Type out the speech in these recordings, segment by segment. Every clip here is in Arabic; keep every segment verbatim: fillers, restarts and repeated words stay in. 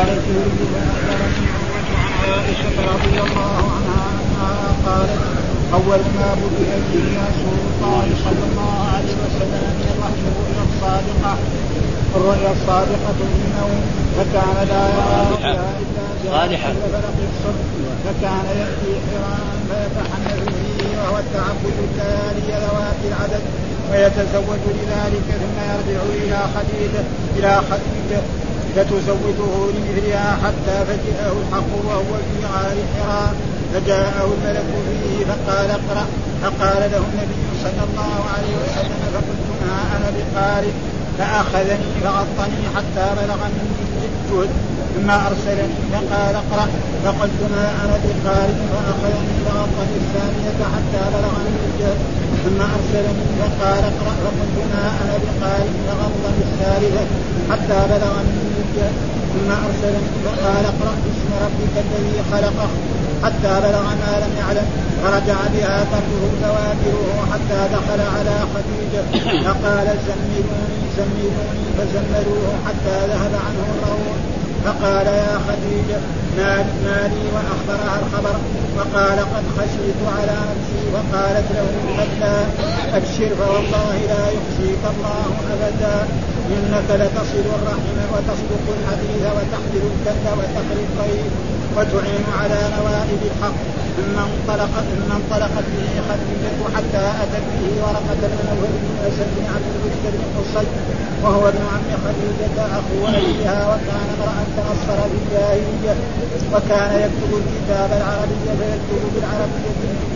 الزهري أخبرني عروة عن عائشة رضي الله عنها أنها قالت أول ما بدأ به رسول الله صلى الله عليه وسلم من الوحي الرؤيا الصادقة الرؤيا الصادقة منه فكان لا يرى رؤيا إلا جاء فلق الصبح فكان يأتي حراما فيتحنث فيه وهو التعبد الليالي ذوات العدد ويتزوج لذلك ثم يرجع إلى خديجة إلى خديجة فتزوجه لمثلها حتى فجأه الحق وهو في غار حراء فجاءه الملك فيه فقال اقرأ فقال له النبي صلى الله عليه وسلم فقلت ما أنا بقارئ فأخذني فغطني حتى بلغ مني الجهد ثم أرسلني فقال اقرأ فقلت ما أنا بقارئ فأخذني فغطني الثانية حتى بلغ مني الجهد ثم أرسلني فقال اقرأ فقلت ما أنا بقارئ فغطني الثالثة حتى بلغ مني الجهد ثم أرسلني فقال اقرأ باسم ربك الذي خلقه حتى بلغ ما لم يعلم فرجع بها ترده زواجره حتى دخل على خديجة فقال زملوني زملوني فزملوه حتى ذهب عنه الروح فقال يا خديجة ما لي وأخبرها الخبر وقال قد خشيت على نفسي وقالت له لا أبشر فوالله لا يخزيك الله أبدا إنك لتصل الرحم وتصدق الحديث وتحمل الكد وتقري الطيب وتعين على نوائب الحق ثم انطلقت ثم انطلقت به خديجة حتى أتت به ورقة بن نوفل بن أسد بن عبد المطلب بن قصي وهو ابن عم خديجة أخو أبيها وكان امرأ تنصر بالجاهلية وكان يكتب الكتاب العربي فيكتب بالعربية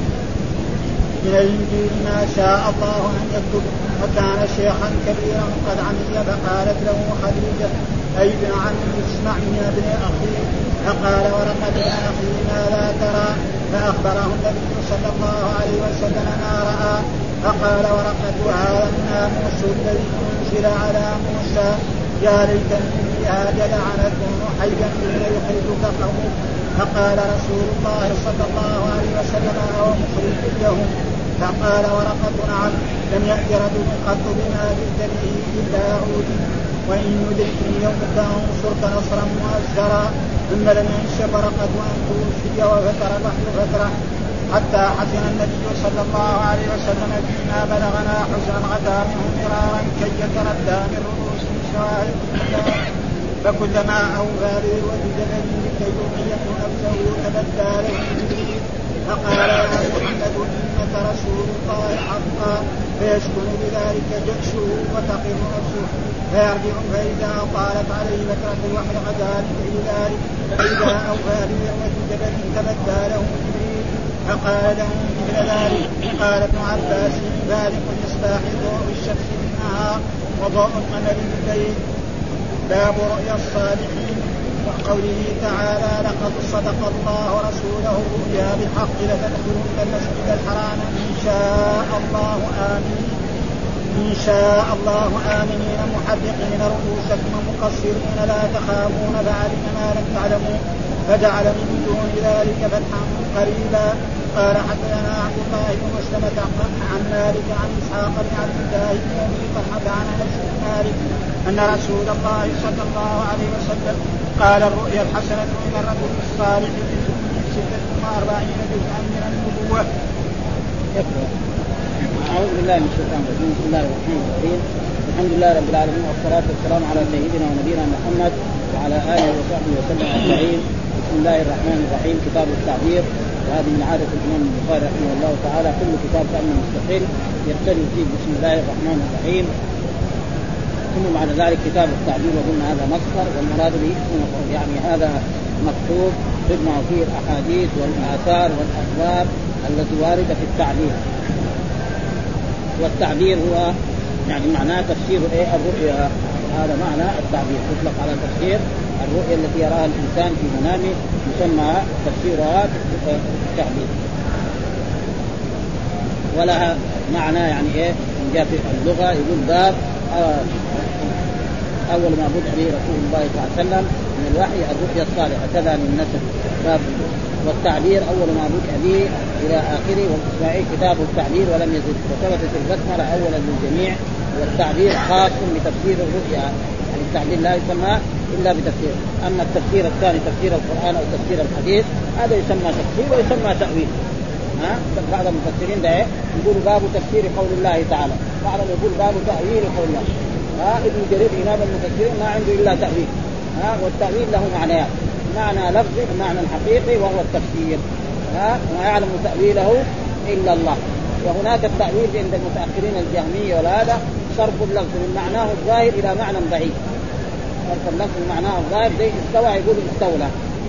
من الإنجيل ما شاء الله أن يكتب وكان شيخا كبيرا قد عمي فقالت له خديجة أي ابن عمي اسمعني يا ابن أخي فقال ورقة يا أخي ماذا ترى فأخبره النبي صلى الله عليه وسلم ما رأى فقال ورقة هذا الناموس الذي أنزل على موسى يا ليتني فيها جدعا أكون حيا حين يخرجك قومك فقال رسول الله صلى الله عليه وسلم أو مخرج لهم فقال ورقة نعم لم يأت رجل قط بما جئت به إلا عودي وإن يدركني يومك أنصرك نصرا مؤزرا ثم لم ينشب ورقة أن توفي وفتر الوحي فترة حتى حزن النبي صلى الله عليه وسلم فيما بلغنا حزنا غدا منه مرارا كي يتردى من رؤوس شوائب فكلما أوفى بذروة جبل لكي يوحيه نفسه تبدى له جبريل فقال يا محمد إنك رسول الله حقا فيسكن بذلك جأشه وتقر نفسه فيرجع فإذا طالت عليه فترة الوحي غدا لكي ذلك فإذا أوفى بذروة جبل تبدى له جبريل فقال له مثل ذلك قال ابن عباس ذلك مصباح ضوء الشمس بالنهار وضوء القمر بالليل باب رؤيا الصالحين وقوله تعالى لقد صدق الله رسوله الرؤيا بالحق لتدخلن المسجد الحرام إن شاء الله آمين إن شاء الله آمنين محرقين رؤوسكم مقصرين لا تخافون فعلم ما لم تعلموا فجعل من دون ذلك فتحا قريبا قال حدثنا عبد الله بن مسلمة عن مالك عن إسحاق بن عبد الله بن أبي طلحة عن أنس بن مالك أن رسول الله صلى الله عليه وسلم قال الرؤيا الحسنة من الرجل الصالح في ستة وأربعين جزءا من النبوة. أعوذ بالله من الشيطان الرجيم. بسم الله الرحمن الرحيم. الحمد لله رب العالمين والصلاة والسلام على سيدنا ونبينا محمد وعلى آله وصحبه وسلم أجمعين. بسم الله الرحمن الرحيم. كتاب التعبير، وهذه من عادة الإمام البخاري رحمه الله تعالى كل كتاب كان مستقل يبتدئ فيه بسم الله الرحمن الرحيم ثم بعد ذلك كتاب التعبير، وقلنا هذا مصدر والمراد به يعني هذا مكتوب تجمع فيه الأحاديث والآثار والأخبار التي واردة في التعبير. والتعبير هو يعني معناه تفسير ايه الرؤيا، هذا معنى التعبير، يطلق على تفسير الرؤيا التي يراها الإنسان في منامه يسمى تفسيرها التعبير. ولها معنى يعني ايه من جهة اللغة يقول باب أول ما بدأ به رسول الله صلى الله عليه وسلم من الوحي الرؤيا الصالحة كذا من نسب باب. والتعبير أول ما بدأ به إلى آخره، والإسماعيل كتاب التعبير ولم يزد، وثبتت البسملة أولا للجميع والتعبير خاص بتفسير الرؤيا، يعني التعبير لا يسمى إلا بتفسير. أما التفسير الثاني تفسير القرآن أو تفسير الحديث هذا يسمى تفسير ويسمى تأويل. ها بعض المفسرين ده يقول باب تفسير قول الله تعالى، بعضهم يقول باب تأويل قول الله. ها ابن جرير إمام المفسرين ما عنده إلا تأويل. ها والتأويل له معنيان، معنى لفظي ومعنى حقيقي وهو التفسير. ها ما يعلم تأويله إلا الله. وهناك التأويل عند المتأخرين الجهمية وهذا صرف اللفظ من معناه الظاهر إلى معنى بعيد. صرف اللفظ من معناه الظاهر زي استوى يقول استولى،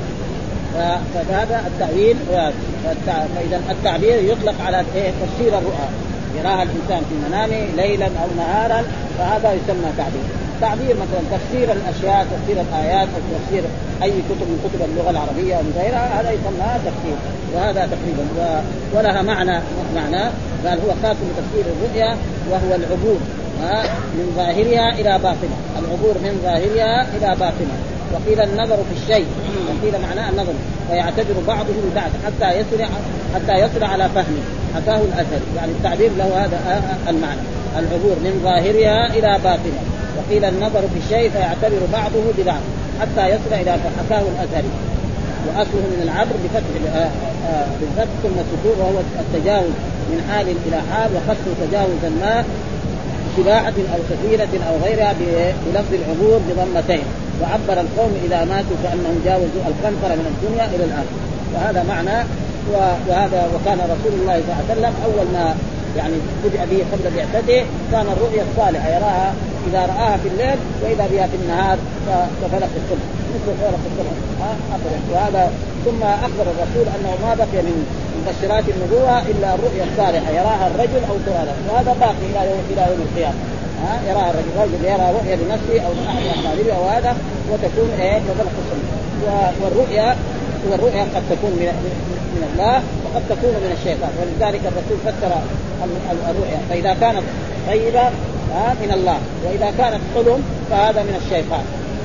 فهذا التأويل. فإذا التعبير يطلق على تفسير الرؤى، يراها الإنسان في منامه ليلا أو نهارا، فهذا يسمى تعبير. تعبير مثلا تفسير الأشياء، تفسير الآيات، أو تفسير أي كتب من كتب اللغة العربية ومن غيرها، هذا يسمى تفسير. وهذا تقريبا ولها معنى معنى قال هو خاص بتفسير الرؤيا وهو العبور من ظاهرها إلى باطنها، العبور من ظاهرها إلى باطنها. وقيل النظر في الشيء، وقيل معناه النظر، فيعتبر بعضه ببعض حتى يصل حتى يصل على فهمه حكاه الأثر. يعني التعبير له هذا المعنى، العبور من ظاهرها إلى باطنها. وقيل النظر في الشيء فيعتبر بعضه ببعض حتى يصل إلى حكاه الأثر. وأصله من العبر بفتح بالفتح ثم السكون، وهو التجاوز من حال إلى حال، وخص تجاوز الماء سباحة أو سفينة أو غيرها بلفظ العبور بضمتين. وعبر القوم إذا ماتوا كأنهم جاوزوا القنطرة من الدنيا إلى الآخر. وهذا معنى. وهذا وكان رسول الله صلى الله عليه وسلم أول ما يعني بدأ به قبل بعثته كان الرؤيا الصالحة يراها إذا رآها في الليل وإذا بها في النهار كفلق الصبح مثل فلق الصبح. وهذا ثم أخبر الرسول أنه ما بقي من مبشرات النبوة إلا الرؤيا الصالحة يراها الرجل أو تؤلف، وهذا باقي إلى يوم إلى يوم القيامة. ها يراها الرجل، الرجل يرى رؤيا لنفسه أو لأحد أحبابه أو هذا، وتكون إيه كفلق الصبح. والرؤيا والرؤيا قد تكون من من الله وقد تكون من الشيطان، ولذلك الرسول فسر الرؤيا فإذا كانت طيبة من الله، وإذا كانت حلم فهذا من الشيطان.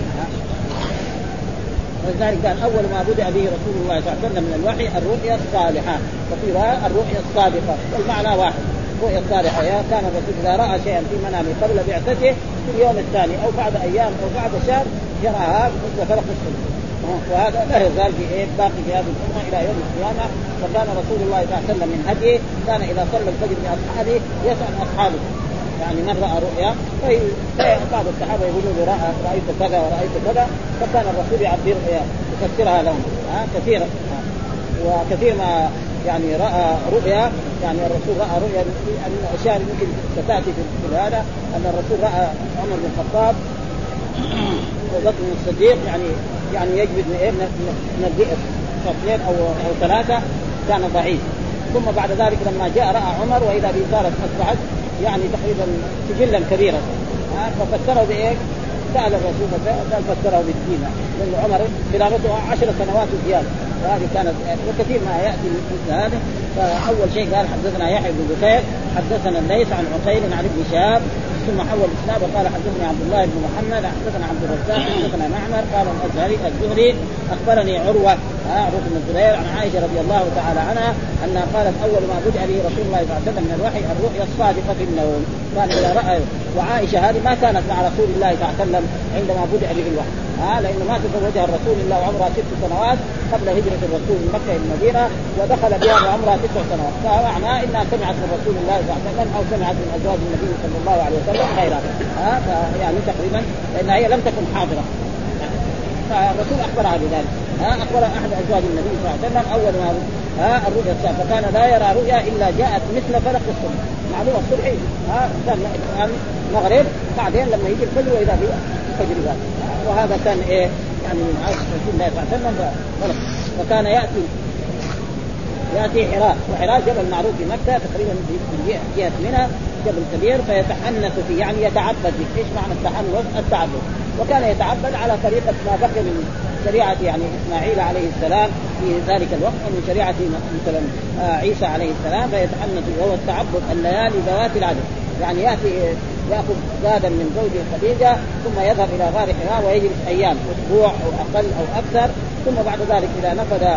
ولذلك قال أول ما بدأ به رسول الله صلى الله عليه وسلم من الوحي الرؤيا الصالحة، وقيل الرؤيا الصادقة، والمعنى واحد. الرؤيا الصالحة كان الرسول إذا رأى شيئا في منامه قبل بعثته في اليوم الثاني أو بعد أيام أو بعد شهر يراها مثل فلق الصبح. وهذا لا يزال في إيه باقي في هذه الأمة إلى يوم القيامة. وكان رسول الله صلى الله عليه وسلم من هديه كان إذا صلى الفجر بأصحابه يسأل أصحابه يعني من رأى رؤيا، بعض الصحابة يقولون رأى رأيت كذا ورأيت كذا، فكان الرسول يعبر يفسرها لهم كثيرا. وكثير ما يعني رأى رؤيا، يعني الرسول رأى رؤيا يعني من الأشياء ممكن ستأتي في هذا أن الرسول رأى عمر بن الخطاب وبكر بن الصديق يعني يعني يجبد من الذئب فصلين أو أو ثلاثة كان ضعيف. ثم بعد ذلك لما جاء رأى عمر وإذا به صارت أصبحت يعني تقريبا سجلا كبيرا، ففسره بإيه؟ سأل الرسول فسره بالدين، لأن عمر خلافته عشر سنوات زيادة، وهذه كانت وكثير ما يأتي مثل هذا. فأول شيء قال حدثنا يحيى بن بكير حدثنا الليث عن عقيل عن ابن شهاب، ثم حول الإسناد وقال حدثني عبد الله بن محمد حدثنا عبد الرزاق حدثنا معمر قال الأزهري الزهري أخبرني عروة عروة بن الزبير عن عائشة رضي الله تعالى عنها أنها قالت أول ما بدأ به رسول الله صلى الله عليه وسلم من الوحي الرؤيا الصادقة في النوم. كان إذا رأى، وعائشة هذه ما كانت مع رسول الله صلى الله عليه وسلم عندما بدأ به الوحي، ها لأنه ما تزوجها الرسول إلا وعمرها ست سنوات قبل هجرة الرسول من مكة إلى المدينة، ودخل بها وعمرها تسع سنوات، فمعناه إنها سمعت من رسول الله صلى الله عليه وسلم أو سمعت من أزواج النبي صلى الله عليه وسلم خيرا، ها يعني تقريبا لأنها هي لم تكن حاضرة، فالرسول أخبرها بذلك. ها أخبر أحد أزواج النبي صلى الله عليه وسلم أول ما ها الرؤيا الصالحة، فكان لا يرى رؤيا إلا جاءت مثل فلق الصبح. معلومة الصبح ها كان المغرب بعدين لما يجي الفجر وإذا في الفجر ذا، وهذا كان إيه يعني من عصر رسول الله صلى الله عليه وسلم. فكان يأتي يأتي حراء، وحراء جبل معروف في مكة تقريبا في جهة منى، جبل كبير، فيتحنث فيه يعني يتعبد فيه. إيش معنى التحنث؟ التعبد. وكان يتعبد على طريقة ما بقي من شريعة يعني إسماعيل عليه السلام في ذلك الوقت ومن شريعة مثلا عيسى عليه السلام، فيتحنث وهو التعبد الليالي ذوات العدد، يعني يأتي يأخذ زادا من زوجه خديجة ثم يذهب إلى غار حراء ويجلس أيام أسبوع أو أقل أو أكثر، ثم بعد ذلك إذا نفذ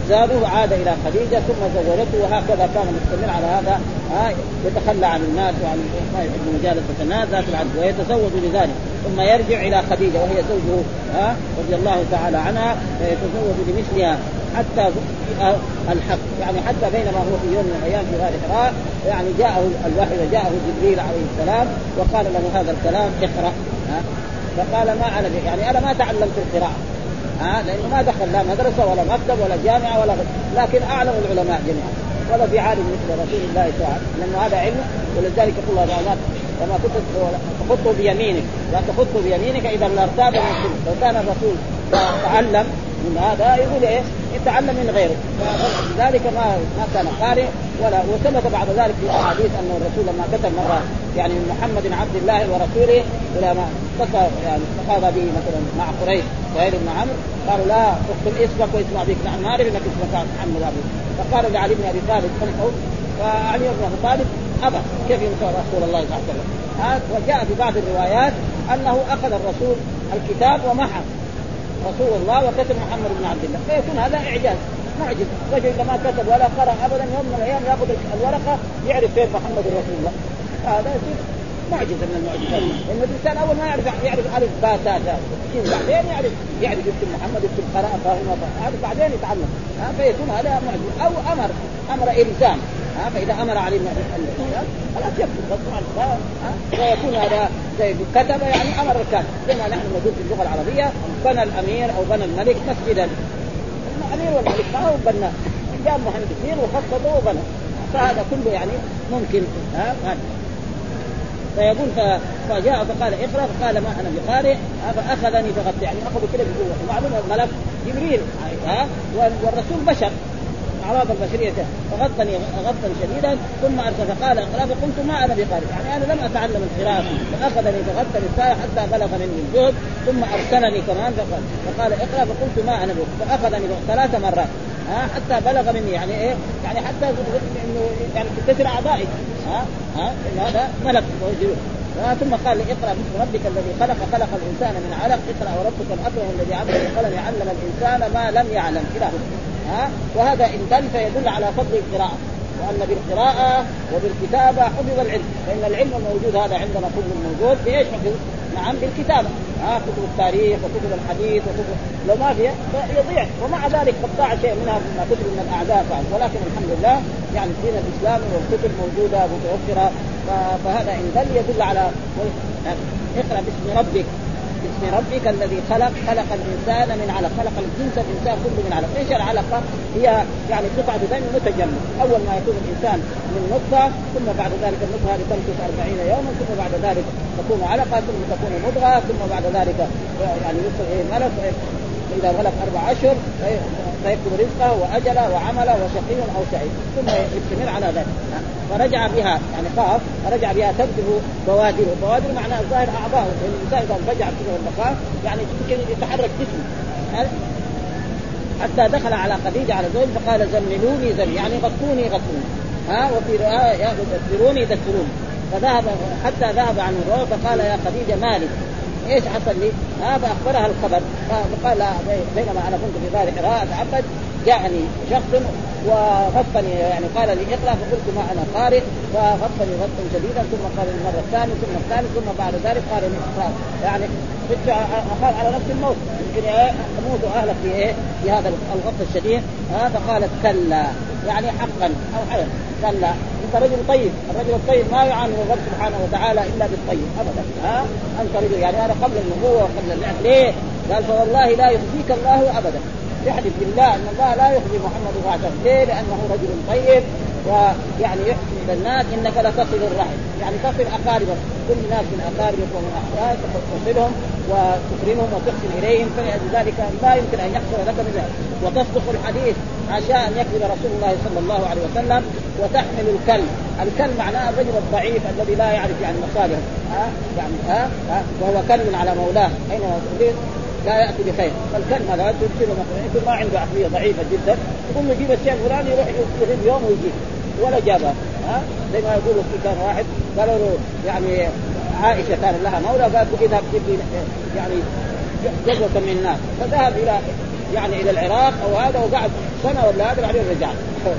زاده وعاد إلى خديجة ثم زوجته، وهكذا كان مستمر على هذا. ها يتخلى عن الناس وعن ما يحب مجالسة الناس ذات العدل ويتزوج لذلك، ثم يرجع إلى خديجة وهي زوجه ها رضي الله تعالى عنها، يتزوج لمثلها حتى الحق، يعني حتى بينما هو في يوم من الأيام في غار حراء يعني جاءه الوحي وجاءه جبريل عليه السلام وقال له هذا الكلام اقرأ. ها فقال ما أنا يعني أنا ما تعلمت القراءة، ها لأنه ما دخل لا مدرسة ولا مكتب ولا جامعة ولا غير، لكن أعلم العلماء جميعا ولا في عالم مثل رسول الله صلى الله عليه وسلم، لأنه هذا علم. ولذلك يقول الله تعالى وما كنت تخطه بيمينك لا تخطه بيمينك إذا لارتاب المسلم. لو كان الرسول تعلم من هذا يقول إيه يتعلم من غيره، لذلك ما ما كان قارئ ولا. وثبت بعد ذلك في أحاديث أن الرسول لما كتب مرة يعني من محمد عبد الله ورسوله إلى ما اتصل يعني استفاض به مثلا مع قريش سهيل بن عمرو قالوا لا اكتب اسمك واسم أبيك، نحن نعرف أنك اسمك محمد أبيك. فقال لعلي بن أبي طالب امحو، فعلي بن أبي طالب أبى كيف يمسح رسول الله صلى الله عليه وسلم. وجاء في بعض الروايات أنه أخذ الرسول الكتاب ومحى رسول الله وكتب محمد بن عبد الله، فيكون هذا إعجاز معجز. رجل لما كتب ولا قرأ أبدا يوم من الأيام يأخذ الورقة يعرف فين محمد رسول الله، هذا يصير معجزة من المعجزات. لأن الإنسان أول ما يعرف يعرف ألف باء تاء بعدين يعرف يعرف يكتب محمد يكتب قراءة فاهمة هذا بعدين يتعلم، ها فيكون هذا معجز. أو أمر أمر إنسان، ها فإذا أمر عليه الإنسان خلاص يكتب طبعا، فيكون هذا زي كتب يعني أمر الكاتب. كما نحن نقول في اللغة العربية بنى الأمير أو بنى الملك مسجدا، الأمير والملك ما هو بنى، جاب مهندسين وخططوا وبنى، فهذا كله يعني ممكن. ها فيقول فجاء فقال اقرأ، فقال ما أنا بقارئ، فأخذني فغطي يعني أخذ كده بقوة. معلومة الملك جبريل ها والرسول بشر أعراض البشرية، فغطني غطا شديدا ثم أرسل فقال اقرأ، فقلت ما أنا بقارئ يعني أنا لم أتعلم القراءة. فأخذني فغطني الساعة حتى بلغ مني الجهد ثم أرسلني كمان فقال, فقال اقرأ، فقلت ما أنا بقارئ، فأخذني ثلاث مرات ها حتى بلغ مني يعني إيه يعني حتى إنه يعني تكسر أعضائي ها ها إن هذا ملك موجود. ثم قال لي اقرأ باسم ربك الذي خلق خلق الإنسان من علق اقرأ وربك الأكرم الذي علم بالقلم علم الإنسان ما لم يعلم إلى ها. وهذا إن دل فيدل على فضل القراءة، وأن بالقراءة وبالكتابة حفظ العلم، فإن العلم الموجود هذا عندنا كله موجود بإيش حفظ؟ نعم بالكتابة، ها كتب التاريخ وكتب الحديث وكتب لو ما فيها يضيع. ومع ذلك قد ضاع شيء منها مما كتب من الأعداء فعلا، ولكن الحمد لله يعني الدين الإسلامي والكتب موجودة متوفرة. فهذا إن دل يدل على اقرأ باسم ربك باسم ربك الذي خلق خلق الإنسان من علق، خلق الجنس الإنسان كله من علق. إيش العلقة؟ هي يعني قطعة دم متجمد، أول ما يكون الإنسان من نطفة ثم بعد ذلك النطفة هذه تمكث أربعين يوما ثم بعد ذلك تكون علقة ثم تكون مضغة ثم بعد ذلك يعني يصل إلى ملك إذا غلق أربع أشهر فيكتب رزقه وأجله وعمله وشقي أو سعيد ثم يستمر على ذلك. فرجع بها يعني خاف فرجع بها تبدو بوادر، بوادر معناه ظاهر أعضاءه، لأن الإنسان إذا رجع كده والبقاء يعني يمكن يتحرك جسمه. حتى دخل على خديجة على زوج فقال زملوني زمل يعني غطوني غطوني، ها وفي رواية دثروني دثروني. فذهب حتى ذهب عن الروح فقال يا خديجة مالك ايش حصل لي؟ ها فاخبرها الخبر. فقال بينما انا كنت في دار حراء اتعبد جاءني شخص وغطني يعني قال لي اقرا، فقلت ما انا قارئ فغطني غطا شديدا ثم قال المره الثانيه ثم الثالث ثم بعد ذلك قال لي اقرا، يعني كنت اخاف على نفس الموت يمكن اموت واهلك في ايه في هذا الغط الشديد. ها فقالت كلا يعني حقا او حقا كلا انت رجل طيب، الرجل الطيب ما يعامل الرب سبحانه وتعالى الا بالطيب ابدا. ها انت رجل يعني هذا قبل النبوه وقبل النعم. ليه؟ قال فوالله لا يخزيك الله ابدا، يحلف بالله ان الله لا يخزي محمد صلى الله عليه وسلم. ليه؟ لانه رجل طيب ويعني يحسن الى الناس. انك لتصل الرحم يعني تصل اقاربك، كل الناس من اقاربك ومن احيائك تصلهم وتكرمهم وتحسن اليهم، فلذلك لا يمكن ان يحصل لك من ذلك. وتصدق الحديث عشاء ان يكذب رسول الله صلى الله عليه وسلم. وتحمل الكلب، الكلب معناه الرجل الضعيف الذي لا يعرف يعني مصالحه، ها يعني ها, ها وهو كلب على مولاه اينما تريد لا ياتي بخير. فالكلب هذا ترسله مثلا يكون ما عنده عقليه ضعيفه جدا يقول له جيب الشيء الفلاني يروح يغيب يوم ويجيب ولا جابها. ها زي ما يقولوا في كان واحد قالوا له يعني عائشه كان لها مولى قالت له اذهب جيب يعني جزوة من الناس، فذهب الى يعني الى العراق او هذا وقعد سنه ولا هذا بعدين رجع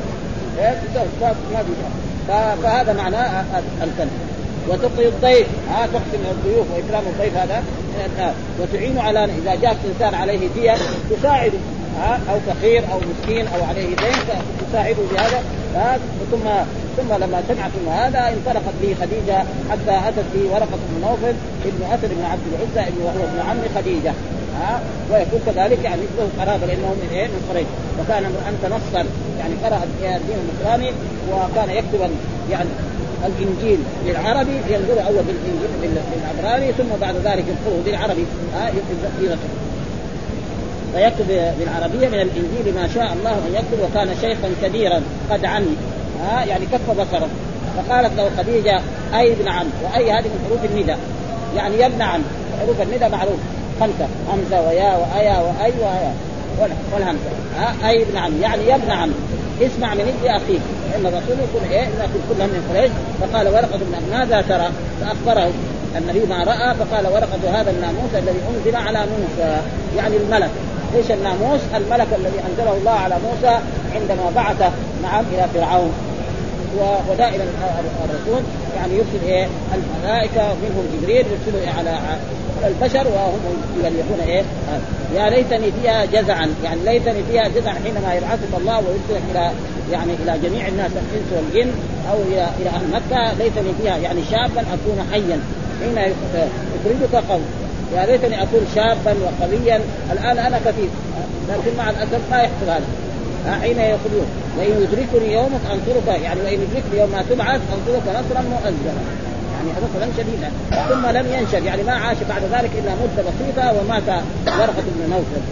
ما فهذا معناه الكلب. وتقي الضيف ها تقسم الضيوف واكرام الضيف هذا وتعين على اذا جاء انسان عليه دية تساعده ها او فقير او مسكين او عليه دين تساعده بهذا. ثم ثم لما سمعت هذا انطلقت به خديجه حتى اتت به ورقه بن نوفل ابن اسد بن عبد العزى ابن وهو ابن عم خديجه ها ويكون كذلك يعني له قرابه لانه من ايه من قريش وكان امرا تنصر يعني قرأ الدين النصراني وكان يكتب يعني الانجيل للعربي ينظر اول بالانجيل بالعبراني ثم بعد ذلك ينقله بالعربي ها يكتب فيكتب بالعربيه من الانجيل ما شاء الله ان يكتب. وكان شيخا كبيرا قد عمي ها يعني كف بصره. فقالت له خديجه اي ابن عم واي هذه من حروف النداء يعني يا ابن عم. حروف النداء معروف خمسه همزه ويا وايا واي وايا والهمزه ها اي ابن عم يعني يا ابن عم اسمع من ابن اخيك ان الرسول يكون ايه الناس كلهم من قريش. فقال ورقه بن ماذا ترى فاخبره النبي ما راى. فقال ورقه هذا الناموس الذي انزل على موسى يعني الملك. ايش الناموس؟ الملك الذي انزله الله على موسى عندما بعث نعم الى فرعون. ودائما الرسول يعني يرسل ايه الملائكه منهم جبريل يرسله على البشر وهم يبلغون ايه يا ليتني فيها جزعا يعني ليتني فيها جزعا حينما يبعثك الله ويرسلك الى يعني الى جميع الناس الانس والجن او الى الى اهل مكه. ليتني فيها يعني شابا اكون حيا حين يخرجك قوم. يا ليتني اكون شابا وقويا الان انا كثير لكن مع الاسف ما يحصل هذا حين يخرجون. وإن يدركني يومك أنصرك يعني وإن يدركني يوم ما تبعث أنصرك نصرا مؤزرا يعني نصرا شديدا. ثم لم ينشد يعني ما عاش بعد ذلك إلا مدة بسيطة ومات ورقة بن نوفل.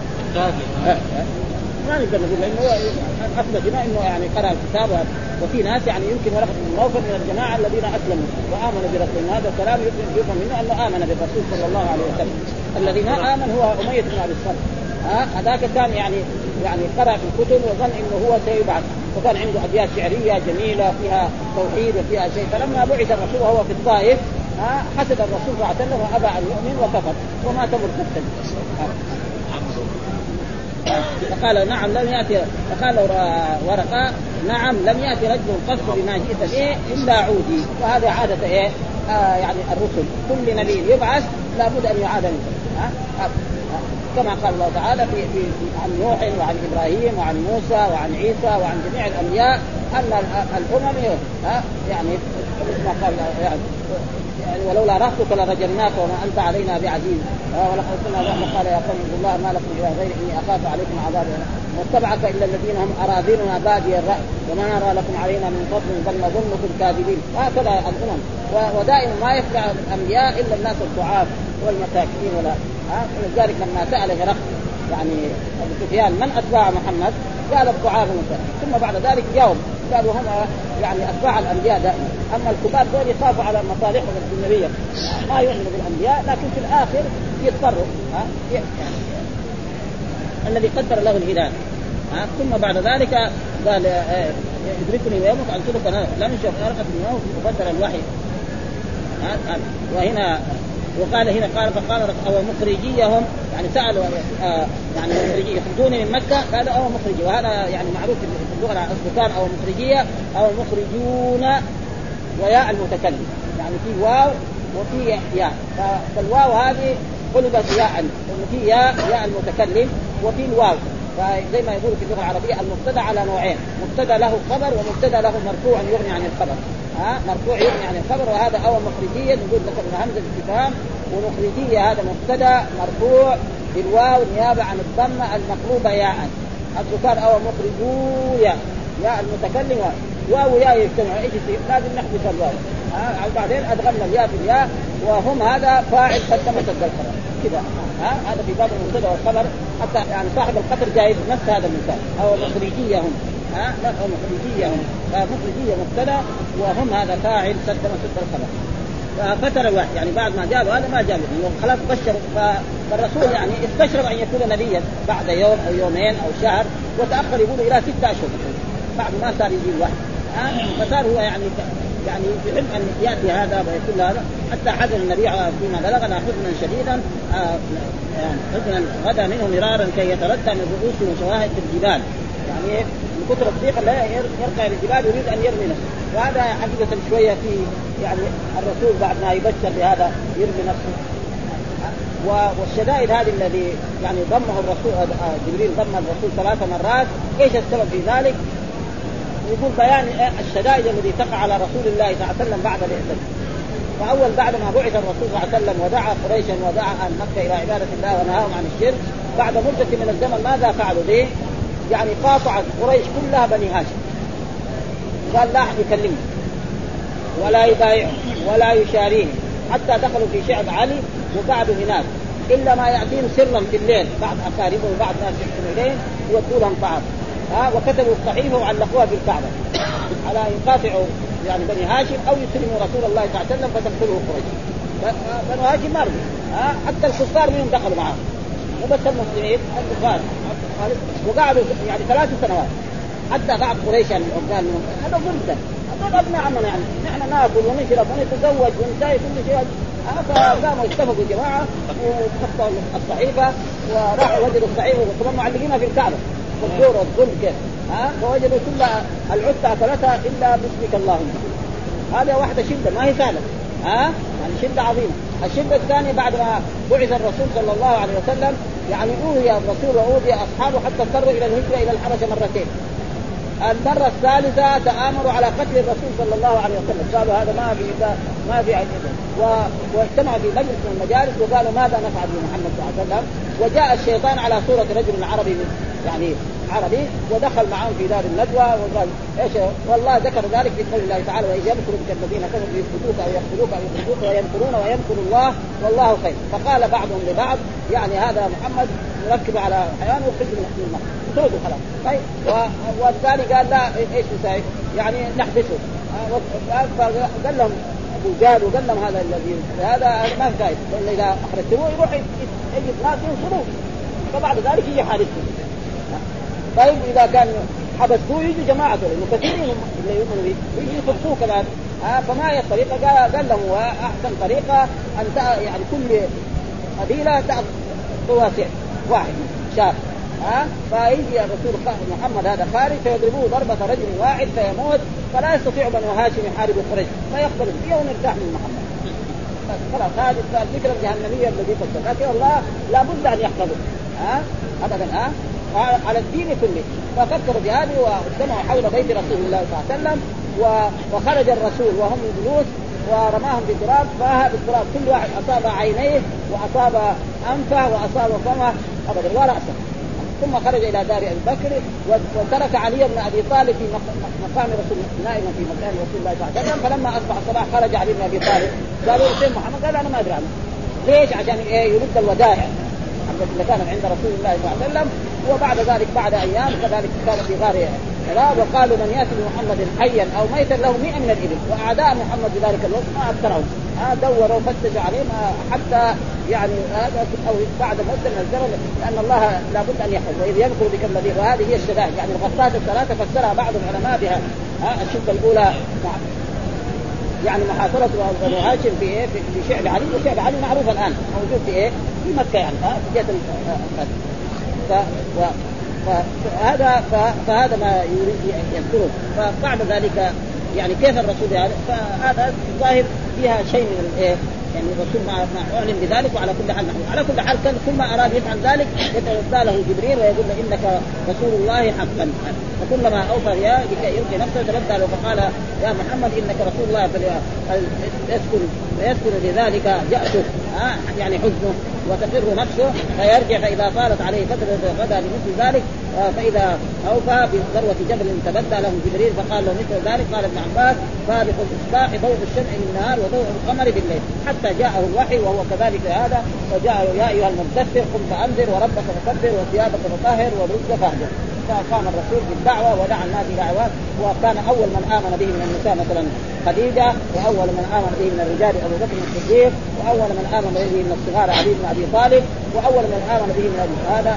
ما نقدر نقول لأنه أثبتنا إنه يعني قرأ الكتاب. وفي ناس يعني يمكن ورقة بن نوفل من الجماعة الذين أسلموا وآمنوا برسول هذا الكلام يفهم منه أنه آمن بالرسول صلى الله عليه وسلم. الذي ما آمن هو أمية بن أبي الصلت هذاك كان يعني يعني قرأ في الكتب وظن انه هو سيبعث وكان عنده ابيات شعريه جميله فيها توحيد وفيها شيء. فلما بعث الرسول وهو في الطائف ها حسد الرسول صلى الله عليه وسلم وابى ان يؤمن وكفر ومات مرتدا. فقال نعم لم ياتي. فقال ورقه نعم لم ياتي رجل قصد بما جئت به الا عودي. وهذا عاده ايه آه يعني الرسل كل نبي يبعث لابد ان يعاد منه كما قال الله تعالى في, في, في عن نوح وعن إبراهيم وعن موسى وعن عيسى وعن جميع الأنبياء أن الأمم ها يعني ما قال يعني, يعني ولولا رهتك لرجمناك وما أنت علينا بعزيز. ولقد قلنا له قال يا قوم الله ما لكم إلى غير إني أخاف عليكم عذاب واتبعك إلا الذين هم أراذلنا بادي الرأي وما نرى لكم علينا من فضل بل نظنكم كاذبين. هكذا الأمم ودائما ما يفرع الأنبياء إلا الناس الضعاف والمساكين ولا ها. ولذلك لما سأل هرقل يعني أبو سفيان من أتباع محمد قال الضعاف والمساكين ثم بعد ذلك جاوب قالوا هم يعني أتباع الأنبياء دائما. أما الكبار دول يخافوا على مصالحهم الدنيوية ما يؤمنوا بالأنبياء لكن في الآخر يضطروا ها يعني الذي قدر له الهداية ها. ثم بعد ذلك قال يدركني ويومك أنصرك لم يشوف أرقة من يوم وبدل الوحي ها. وهنا وقال هنا قال فقال أو مخرجيهم يعني سألوا آه يعني مخرجي يخرجوني من مكة قال أو مخرجي. وهذا يعني معروف في اللغة الأصبكان أو مخرجية أو مخرجون وياء المتكلم يعني في واو وفي ياء. فالواو هذه قلبت ياء وفي ياء ياء المتكلم وفي الواو. فزي ما يقول في اللغة العربية المبتدا على نوعين مبتدا له خبر ومبتدا له مرفوع يغني عن الخبر ها مرفوع يغني عن الخبر. وهذا أو مخرجية نقول مثلا همزة الاستفهام ومخرجية هذا مبتدا مرفوع بالواو نيابة عن الضمة المقلوبة ياء. الذكر أو مخرجويا ياء المتكلم واو ياء يجتمع ايش لازم نحذف الواو ها. بعدين أدغمنا الياء في الياء وهم هذا فاعل قدم مسد الخبر كذا ها. هذا في باب المبتدا والخبر حتى يعني صاحب القدر جايب نفس هذا المثال أو مخرجية هم ها لا أو مخرجية هم. فمخرجية مبتدا وهم هذا فاعل قدم مسد الخبر. ففتر الواحد يعني بعد ما جاء هذا ما جاء خلاص بشر. فالرسول يعني استشرب أن يكون نبيا بعد يوم أو يومين أو شهر وتأخر يقول إلى ستة أشهر بعد ما صار يجي الوحي فصار هو يعني يعني يحب ان ياتي هذا ويقول هذا، حتى حزن النبي فيما بلغنا حزنا شديدا يعني حزنا غدا منه مرارا كي يتردى من رؤوسه وشواهد الجبال، يعني من كثر الضيق لا يرقى الجبال يريد ان يرمي نفسه. وهذا حقيقه شويه في يعني الرسول بعد ما يبشر بهذا يرمي نفسه. والشدائد هذه الذي يعني ضمه الرسول جبريل ضم الرسول ثلاث مرات، ايش السبب في ذلك؟ يقول بيان الشدائد التي تقع على رسول الله صلى الله عليه وسلم بعد بعثته. فاول بعد ما بعث الرسول صلى الله عليه وسلم ودعا قريشا ودعا اهل مكه الى عباده الله ونهاهم عن الشرك، بعد مده من الزمن ماذا فعلوا به؟ يعني قاطعت قريش كلها بني هاشم، قال لا احد يكلمه ولا يبايعه ولا يشاريه، حتى دخلوا في شعب علي وقعدوا هناك، إلا ما يأتيهم سرا في الليل بعض أقاربه وبعض ناس يحكموا إليه يودوا لهم طعام. ها وكتبوا الصحيفة وعلقوها في الكعبة على أن يقاطعوا يعني بني هاشم أو يسلموا رسول الله صلى الله عليه وسلم فتقتله قريش. بني هاشم ما رضوا، ها حتى الكفار منهم دخلوا معهم، مو بس المسلمين الكفار، وقعدوا يعني ثلاث سنوات حتى بعض قريش يعني قال لهم هذا ظلم، هذا ابن عمنا يعني نحن ناكل ونشرب ونتزوج ونساوي كل شيء. فقاموا اتفقوا جماعة وخطوا الصحيفة وراحوا وجدوا الصحيفة وكمان معلقينها في الكعبة والدور والظلم كيف، ها فوجدوا كل العتة أكلتها إلا باسمك اللهم. هذه واحدة شدة ما هي سهلة، ها يعني شدة عظيمة. الشدة الثانية بعد ما بعث الرسول صلى الله عليه وسلم يعني أوذي الرسول وأوذي أصحابه حتى اضطروا إلى الهجرة إلى الحبشة مرتين. المرة الثالثة تآمروا على قتل الرسول صلى الله عليه وسلم، قالوا هذا ما في ما في عجيبة، واجتمعوا في مجلس من المجالس وقالوا ماذا نفعل بمحمد صلى الله عليه وسلم. وجاء الشيطان على صورة رجل عربي يعني عربي ودخل معهم في دار الندوة وقال ايش والله ذكر ذلك في قول الله تعالى وإذ يمكر بك الذين كفروا ليثبتوك أو يقتلوك أو يخرجوك ويمكرون ويمكر الله والله خير. فقال بعضهم لبعض يعني هذا محمد مركب على حيوان وخرج من المخ تردوا خلاص. طيب والثاني قال لا ايش نسوي يعني نحبسه. قال لهم ابو جهل وقال لهم هذا الذي هذا ما في فائده، لان اذا اخرجتموه يروح يجي ناس ينصروه فبعد ذلك يجي حارسه. طيب اذا كان حبسوه يجي جماعه لانه كثيرين اللي يؤمنوا به يجي يخطوه كمان. آه فما هي الطريقه؟ قال, قال لهم احسن طريقه ان يعني كل قبيله تاخذ واسع واحد شاب، ها فيجي الرسول محمد هذا خارج فيضربوه ضربة رجل واحد فيموت فلا يستطيع بنو هاشم يحاربوا قريش فيقبل فيه ونرتاح من محمد. خلاص هذه الفكرة الجهنمية التي قلت لكن الله لابد أن يحفظه ها أبدا ها على الدين كله. ففكروا بهذه واجتمعوا حول بيت رسول الله صلى الله عليه وسلم وخرج الرسول وهم جلوس ورماهم بالتراب فاها بالتراب كل واحد أصاب عينيه وأصاب أنفه وأصاب فمه أبدا ورأسه. ثم خرج إلى دار أبي بكر وترك علي بن أبي طالب في مقام رسول نائما في مكان رسول الله صلى الله عليه وسلم. فلما أصبح الصباح خرج علي بن أبي طالب قالوا سيد محمد قال أنا ما أدري عنه ليش عشان إيه يرد الودائع التي كانت عند رسول الله صلى الله عليه وسلم. وبعد ذلك بعد أيام كذلك كان في غار حراء وقالوا من يأتي بمحمد حيا أو ميتا له مئة من الإبل. وأعداء محمد في ذلك الوقت ما أكثرهم دوروا وفتشوا عليهم حتى يعني هذا أو بعد مدة من الزمن لأن الله لابد أن يحفظ وإذ يذكر بك الذي. وهذه هي الشدائد يعني الغطات الثلاثة فسرها بعض العلماء بها. الشدة الأولى يعني محاصرة بنو هاشم في إيه في شعب علي وشعب علي معروف الآن موجود في إيه في مكة يعني ها في جهة ف فهذا فهذا ما يريد يذكره. فبعد ذلك يعني كيف الرسول هذا فهذا الظاهر فيها شيء من الايه يعني الرسول ما اعلن بذلك. وعلى كل حال نحن على كل حال كل ما اراد يفعل ذلك يتوسل له جبريل ويقول له انك رسول الله حقا. فكلما اوفى رياء لكي يلقي نفسه تبدى له فقال يا محمد انك رسول الله فيسكن ويسكن لذلك جأشه يعني حزنه وتقر نفسه فيرجع فإذا طالت عليه فترة غدا لمثل ذلك فإذا أوفى بذروة جبل تبدى له جبريل فقال له مثل ذلك. قال ابن عباس فابق الإصباح ضوء الشمع بالنهار وضوء القمر بالليل حتى جاءه الوحي وهو كذلك هذا. وجاء يا أيها المدثر قم فأنذر وربك فكبر وثيابك فطهر والرجل فاهجر. فقام الرسول بالدعوة ودعا الناس إلى عواد. وكان أول من آمن به من النساء مثلا خديجة وأول من آمن به من الرجال أبو بكر الصديق وأول من آمن به من الصغار علي بن أبي طالب وأول من آمن به من هذا.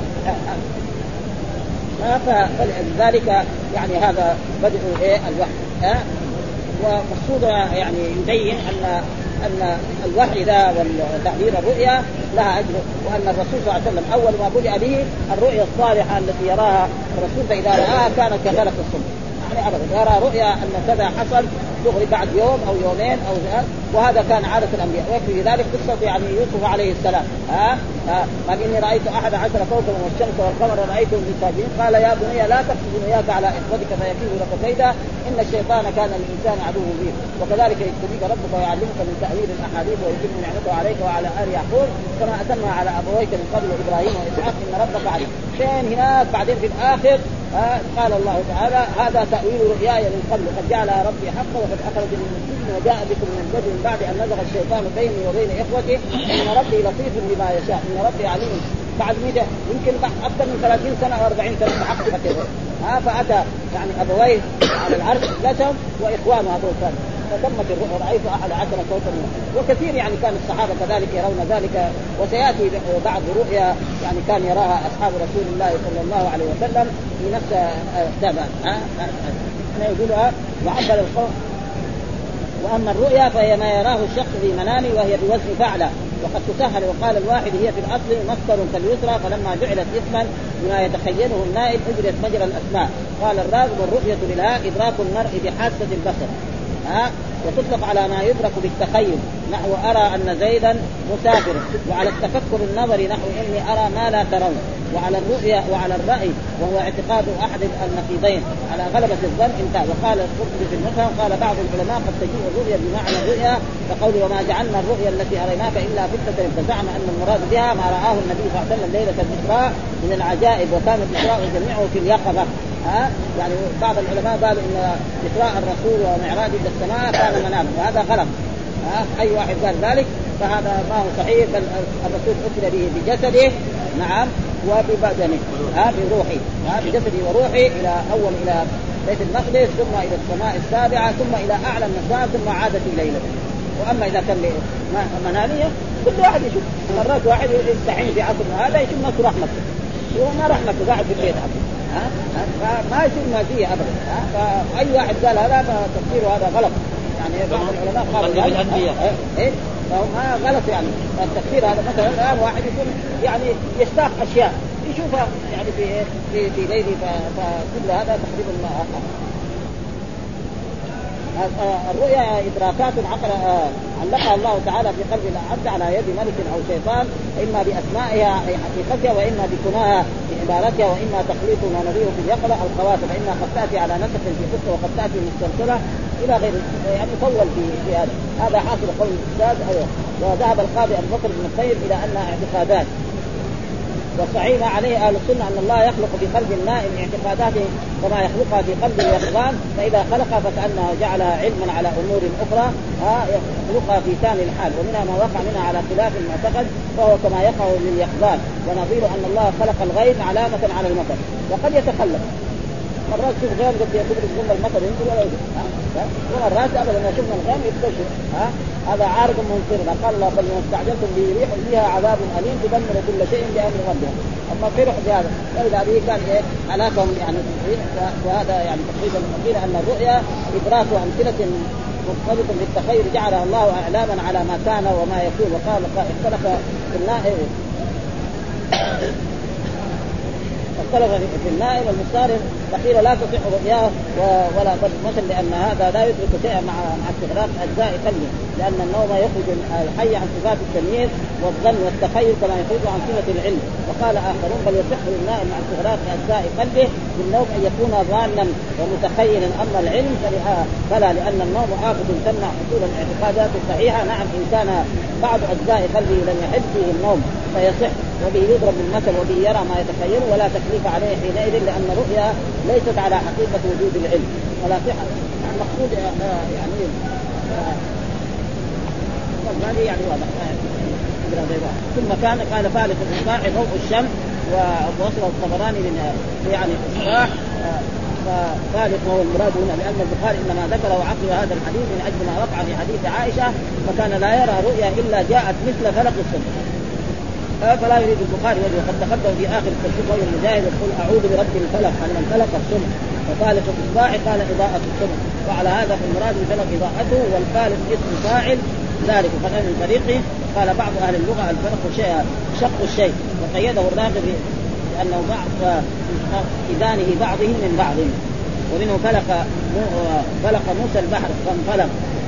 فلذلك يعني هذا بدء إيه الوحي. ومقصودها يعني يبين أن أن الوحي ذا وتعبير الرؤيا لها أجر، وأن الرسول صلى الله عليه وسلم أول ما بدأ به الرؤيا الصالحة التي يراها الرسول فإذا رآها كانت كفلق الصبح، يعني أبدا يرى رؤيا أن كذا حصل دغري بعد يوم أو يومين أو زاد، وهذا كان عادة الأنبياء. وفي ذلك قصة يعني يوسف عليه السلام ها ها قال إني رأيت أحد عشر كوكبا والشمس والقمر رأيتهم من ساجدين قال يا بني لا تقصد دنياك على إخوتك فيكيدوا لك كيدا إن الشيطان كان للإنسان عدو مبين. وكذلك يجتبيك ربك ويعلمك من تأويل الأحاديث ويتم نعمته عليك وعلى آل يعقوب كما أتمها على أبويك من قبل إبراهيم وإسحاق إن ربك عليم. فين هناك بعدين في الآخر آه قال الله تعالى هذا تأويل رؤياي من قبل قد جعلها ربي حقا وقد أخرجني من السجن وجاء بكم من البدو من بعد أن نزغ الشيطان بيني وبين إخوتي إن ربي لطيف بما يشاء إن ربي عليم. بعد مدة يمكن أكثر من ثلاثين سنة أو أربعين سنة تحقق كذا ها فأتى يعني أبويه على العرش لتهم وإخوانه هذول كانوا فتمت الرؤيا رأيت أحد عشر كوكبا. وكثير يعني كان الصحابة كذلك يرون ذلك، وسيأتي بعض رؤيا يعني كان يراها أصحاب رسول الله صلى الله عليه وسلم في نفس التابع أنا يقولها وعبر القول. وأما الرؤيا فهي ما يراه الشخص في منامه وهي بوزن فعلة وقد تسهل وقال الواحد هي في الأصل مصدر كاليسرى فلما جعلت اسما بما يتخيله النائب أجرت مجرى الأسماء. قال الراغب الرؤية بالهاء إدراك المرء بحاسة البصر ها وتطلق على ما يدرك بالتخيل نحو أرى أن زيدا مسافر، وعلى التفكر النظري نحو إني أرى ما لا ترون، وعلى الرؤيا وعلى الرأي وهو اعتقاد أحد النقيضين على غلبة الظن انتهى. وقال القرطبي في المفهم قال بعض العلماء قد تجيء الرؤيا بمعنى الرؤيا كقول وما جعلنا الرؤيا التي أريناك إلا فتنة فزعم أن المراد بها ما رآه النبي صلى الله عليه وسلم ليلة الإسراء من العجائب وكان الإسراء جميعه في اليقظة ها يعني بعض العلماء قالوا إن إسراء الرسول ومعراجه إلى السماء كان منام وهذا غلط ها أي واحد قال ذلك فهذا ما هو صحيح بل الرسول أسر به بجسده نعم وببدنه ها بروحه ها بجسده وروحه إلى أول إلى بيت المقدس ثم إلى السماء السابعة ثم إلى أعلى النصاب ثم عادت إليه. وأما إذا كان منامية كل واحد يشوف مرات واحد يستعين في عصرنا هذا يشوف نفسه رحمته وما رحمته قاعد في البيت عبده ها ما يشوف ما فيه أبدا ها فأي واحد قال هذا فتفسيره هذا غلط يعني بعض العلماء قالوا هذا إيه ما غلط يعني التفسير هذا مثلا الآن واحد يكون يعني يشتاق أشياء يشوفها يعني في في في ليله فكل هذا تقريبا الرؤيا إدراكات عقل علقها الله تعالى في قلب العبد على يد ملك أو شيطان إما بأسمائها أي حقيقتها وإما بكناها بعبارتها وإما تخليط ونظير في اليقظة أو الخواطر فإنها قد تأتي على نسق في قصة وقد تأتي مستنصرة إلى غير يعني طول في في هذا هذا حاصل قول الأستاذ أيوه. وذهب القاضي أبو بكر بن الطيب إلى أنها اعتقادات وصحيح عليه أهل السنة أن الله يخلق في قلب النائم اعتقاداته كما يخلقها في قلب اليقظان فإذا خلقها فكأنه جعلها علما على أمور أخرى يخلقها في ثاني الحال ومنها ما وقع منها على خلاف المعتقد وهو كما يقع لليقظان ونظير أن الله خلق الغيب علامة على المطر وقد يتخلف مرات شوف غير قد يكبر ثم المطر ينزل ولا يجب ومرات أبدا ما شفنا الغيم يكتشف ها هذا عارض منصرنا قال الله بل استعجلتم به ريح فيها عذاب أليم تدمر كل شيء بأمر ربها أما فرح بهذا فإذا به كان إيه علاقهم يعني وهذا يعني تقريبا نقول أن الرؤيا إدراك أمثلة مختلف بالتخيل جعلها الله أعلاما على ما كان وما يكون وقال اختلف في النائم اختلف في النائم المصارم فقيل لا تصح رؤياه ولا بد مثل لأن هذا لا يدرك شيئا مع مع استغراق أجزاء قلبه لأن النوم يخرج الحي عن صفات التمييز والظن والتخيل كما يخرج عن صفة العلم. وقال آخرون بل يصح للنائم مع استغراق أجزاء قلبه بالنوم أن يكون ظانا ومتخيلا أما العلم فلا لأن النوم آفة تمنع حصول الاعتقادات الصحيحة. نعم إن كان بعض أجزاء قلبه لم يحل فيه النوم فيصح وبه يضرب بالمثل وبه يرى ما يتخيل ولا تكليف عليه حينئذ لأن الرؤيا ليست على حقيقة وجود العلم ولا صحة. المقصود يعني هذه يعني واضح. ثم كان قال فالق الإصباح ضوء الشمس ووصل الطبراني من يعني الإصباح ففالق هو المراد هنا لأن البخاري إنما ذكر وعقل هذا الحديث من أجل ما وقع في حديث عائشة فكان لا يرى رؤيا إلا جاءت مثل فلق الصبح فلا يريد البخاري وقد تقدم في آخر التفسير قول المجاهد يقول أعوذ برب الفلق أن من فلق الصبح ففالق الإصباح قال إضاءة الصبح، وعلى هذا في المراد بفلق إضاءته، والفالق اسم فاعل ذلك فقال من طريقه. قال بعض أهل اللغة الفلق شيء شق الشيء، وقيده الراغب لأنه بعض إدانه بعضه من بعض، ومنه فلق فلق موسى البحر فانفلق.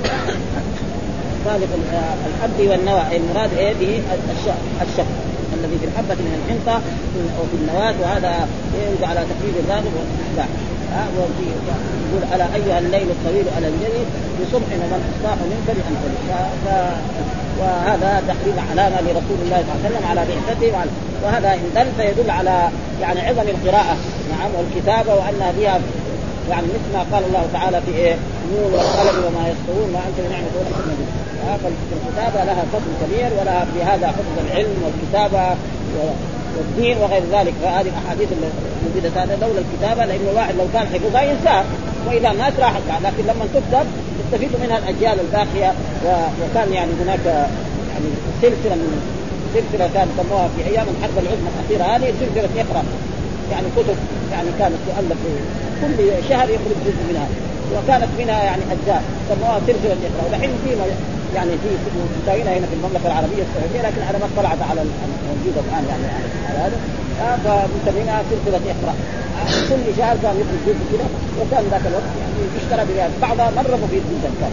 فالق الحب والنوى المراد إيه به الشق الذي في الحبة من الحنطة وفي النواة، وهذا يرجع على تقييد الراغب والإصباح. يقول على أيها الليل الطويل على الجري بصبح ومن أصباح منك بأنفل. وهذا تقريبا علامة لرسول الله صلى الله عليه وسلم على بعثته، وهذا إن دل فيدل على يعني عظم القراءة نعم والكتابة، وأنها بها يعني مثل ما قال الله تعالى في إيه نون والقلم وما يسطرون ما أنت بنعمة ربك مجيد. فالكتابة لها فضل كبير، ولها في هذا حفظ العلم والكتابة والدين وغير ذلك. فهذه الأحاديث التي هذا دولة الكتابة، لأن الواحد لو كان حفظها ينساه وإذا مات راحت، لكن لما تكتب تستفيد منها الأجيال الباقية. وكان يعني هناك يعني سلسلة من سلسلة كانت سموها في أيام الحرب العظمى الأخيرة، هذه سلسلة اقرأ يعني كتب يعني كانت تؤلف كل شهر يخرج جزء منها، وكانت منها يعني أجزاء سموها سلسلة اقرأ. ودحين في يعني في مساوينا هنا في المملكة العربية السعودية، لكن أنا ما اطلعت على الموجودة الآن يعني على هذا، فمسمينها سلسلة اقرأ. كل شهر كان يخرج جزء كده، وكان ذاك الوقت يعني يشترى بها بعضها مرة مفيد جدا كان.